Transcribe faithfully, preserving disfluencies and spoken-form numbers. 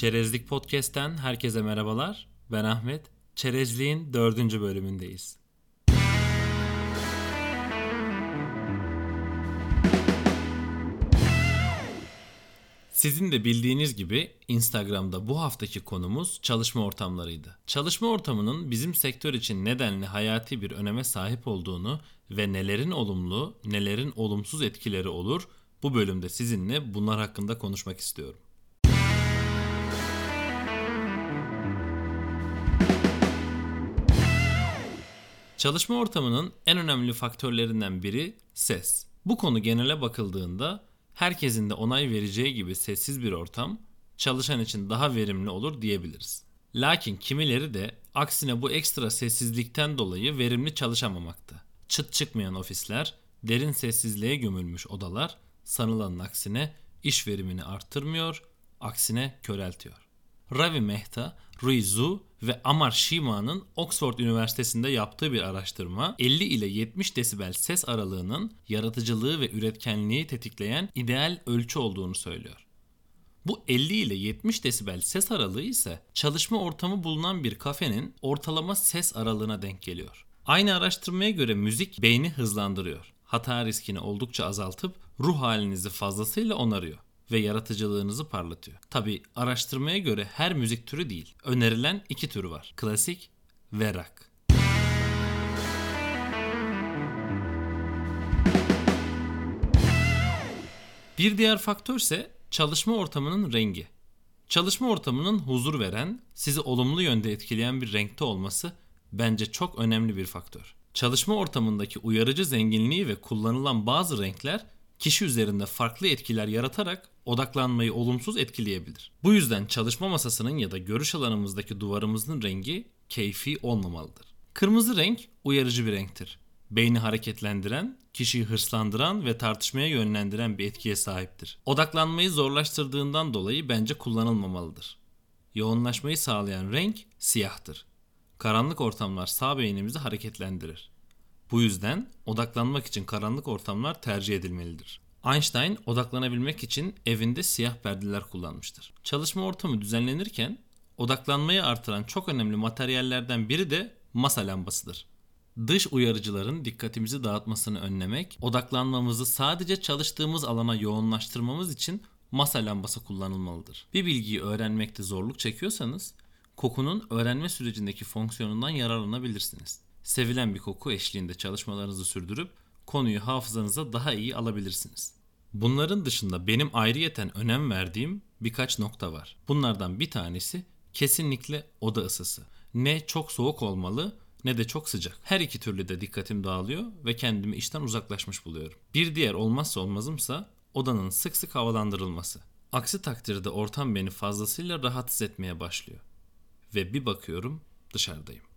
Çerezlik Podcast'ten herkese merhabalar. Ben Ahmet. Çerezlik'in dördüncü bölümündeyiz. Sizin de bildiğiniz gibi Instagram'da bu haftaki konumuz çalışma ortamlarıydı. Çalışma ortamının bizim sektör için nedenli hayati bir öneme sahip olduğunu ve nelerin olumlu, nelerin olumsuz etkileri olur, bu bölümde sizinle bunlar hakkında konuşmak istiyorum. Çalışma ortamının en önemli faktörlerinden biri ses. Bu konu genele bakıldığında herkesin de onay vereceği gibi sessiz bir ortam çalışan için daha verimli olur diyebiliriz. Lakin kimileri de aksine bu ekstra sessizlikten dolayı verimli çalışamamakta. Çıt çıkmayan ofisler, derin sessizliğe gömülmüş odalar sanılanın aksine iş verimini arttırmıyor, aksine köreltiyor. Ravi Mehta, Rui Zhu ve Amar Shima'nın Oxford Üniversitesi'nde yaptığı bir araştırma elli ile yetmiş desibel ses aralığının yaratıcılığı ve üretkenliği tetikleyen ideal ölçü olduğunu söylüyor. Bu elli ile yetmiş desibel ses aralığı ise çalışma ortamı bulunan bir kafenin ortalama ses aralığına denk geliyor. Aynı araştırmaya göre müzik beyni hızlandırıyor. Hata riskini oldukça azaltıp ruh halinizi fazlasıyla onarıyor ve yaratıcılığınızı parlatıyor. Tabi araştırmaya göre her müzik türü değil. Önerilen iki türü var. Klasik ve rock. Bir diğer faktör ise çalışma ortamının rengi. Çalışma ortamının huzur veren, sizi olumlu yönde etkileyen bir renkte olması bence çok önemli bir faktör. Çalışma ortamındaki uyarıcı zenginliği ve kullanılan bazı renkler kişi üzerinde farklı etkiler yaratarak odaklanmayı olumsuz etkileyebilir. Bu yüzden çalışma masasının ya da görüş alanımızdaki duvarımızın rengi keyfi olmamalıdır. Kırmızı renk uyarıcı bir renktir. Beyni hareketlendiren, kişiyi hırslandıran ve tartışmaya yönlendiren bir etkiye sahiptir. Odaklanmayı zorlaştırdığından dolayı bence kullanılmamalıdır. Yoğunlaşmayı sağlayan renk siyahtır. Karanlık ortamlar sağ beynimizi hareketlendirir. Bu yüzden odaklanmak için karanlık ortamlar tercih edilmelidir. Einstein odaklanabilmek için evinde siyah perdeler kullanmıştır. Çalışma ortamı düzenlenirken odaklanmayı artıran çok önemli materyallerden biri de masa lambasıdır. Dış uyarıcıların dikkatimizi dağıtmasını önlemek, odaklanmamızı sadece çalıştığımız alana yoğunlaştırmamız için masa lambası kullanılmalıdır. Bir bilgiyi öğrenmekte zorluk çekiyorsanız kokunun öğrenme sürecindeki fonksiyonundan yararlanabilirsiniz. Sevilen bir koku eşliğinde çalışmalarınızı sürdürüp konuyu hafızanıza daha iyi alabilirsiniz. Bunların dışında benim ayrıyeten önem verdiğim birkaç nokta var. Bunlardan bir tanesi kesinlikle oda ısısı. Ne çok soğuk olmalı ne de çok sıcak. Her iki türlü de dikkatim dağılıyor ve kendimi işten uzaklaşmış buluyorum. Bir diğer olmazsa olmazımsa odanın sık sık havalandırılması. Aksi takdirde ortam beni fazlasıyla rahatsız etmeye başlıyor. Ve bir bakıyorum dışarıdayım.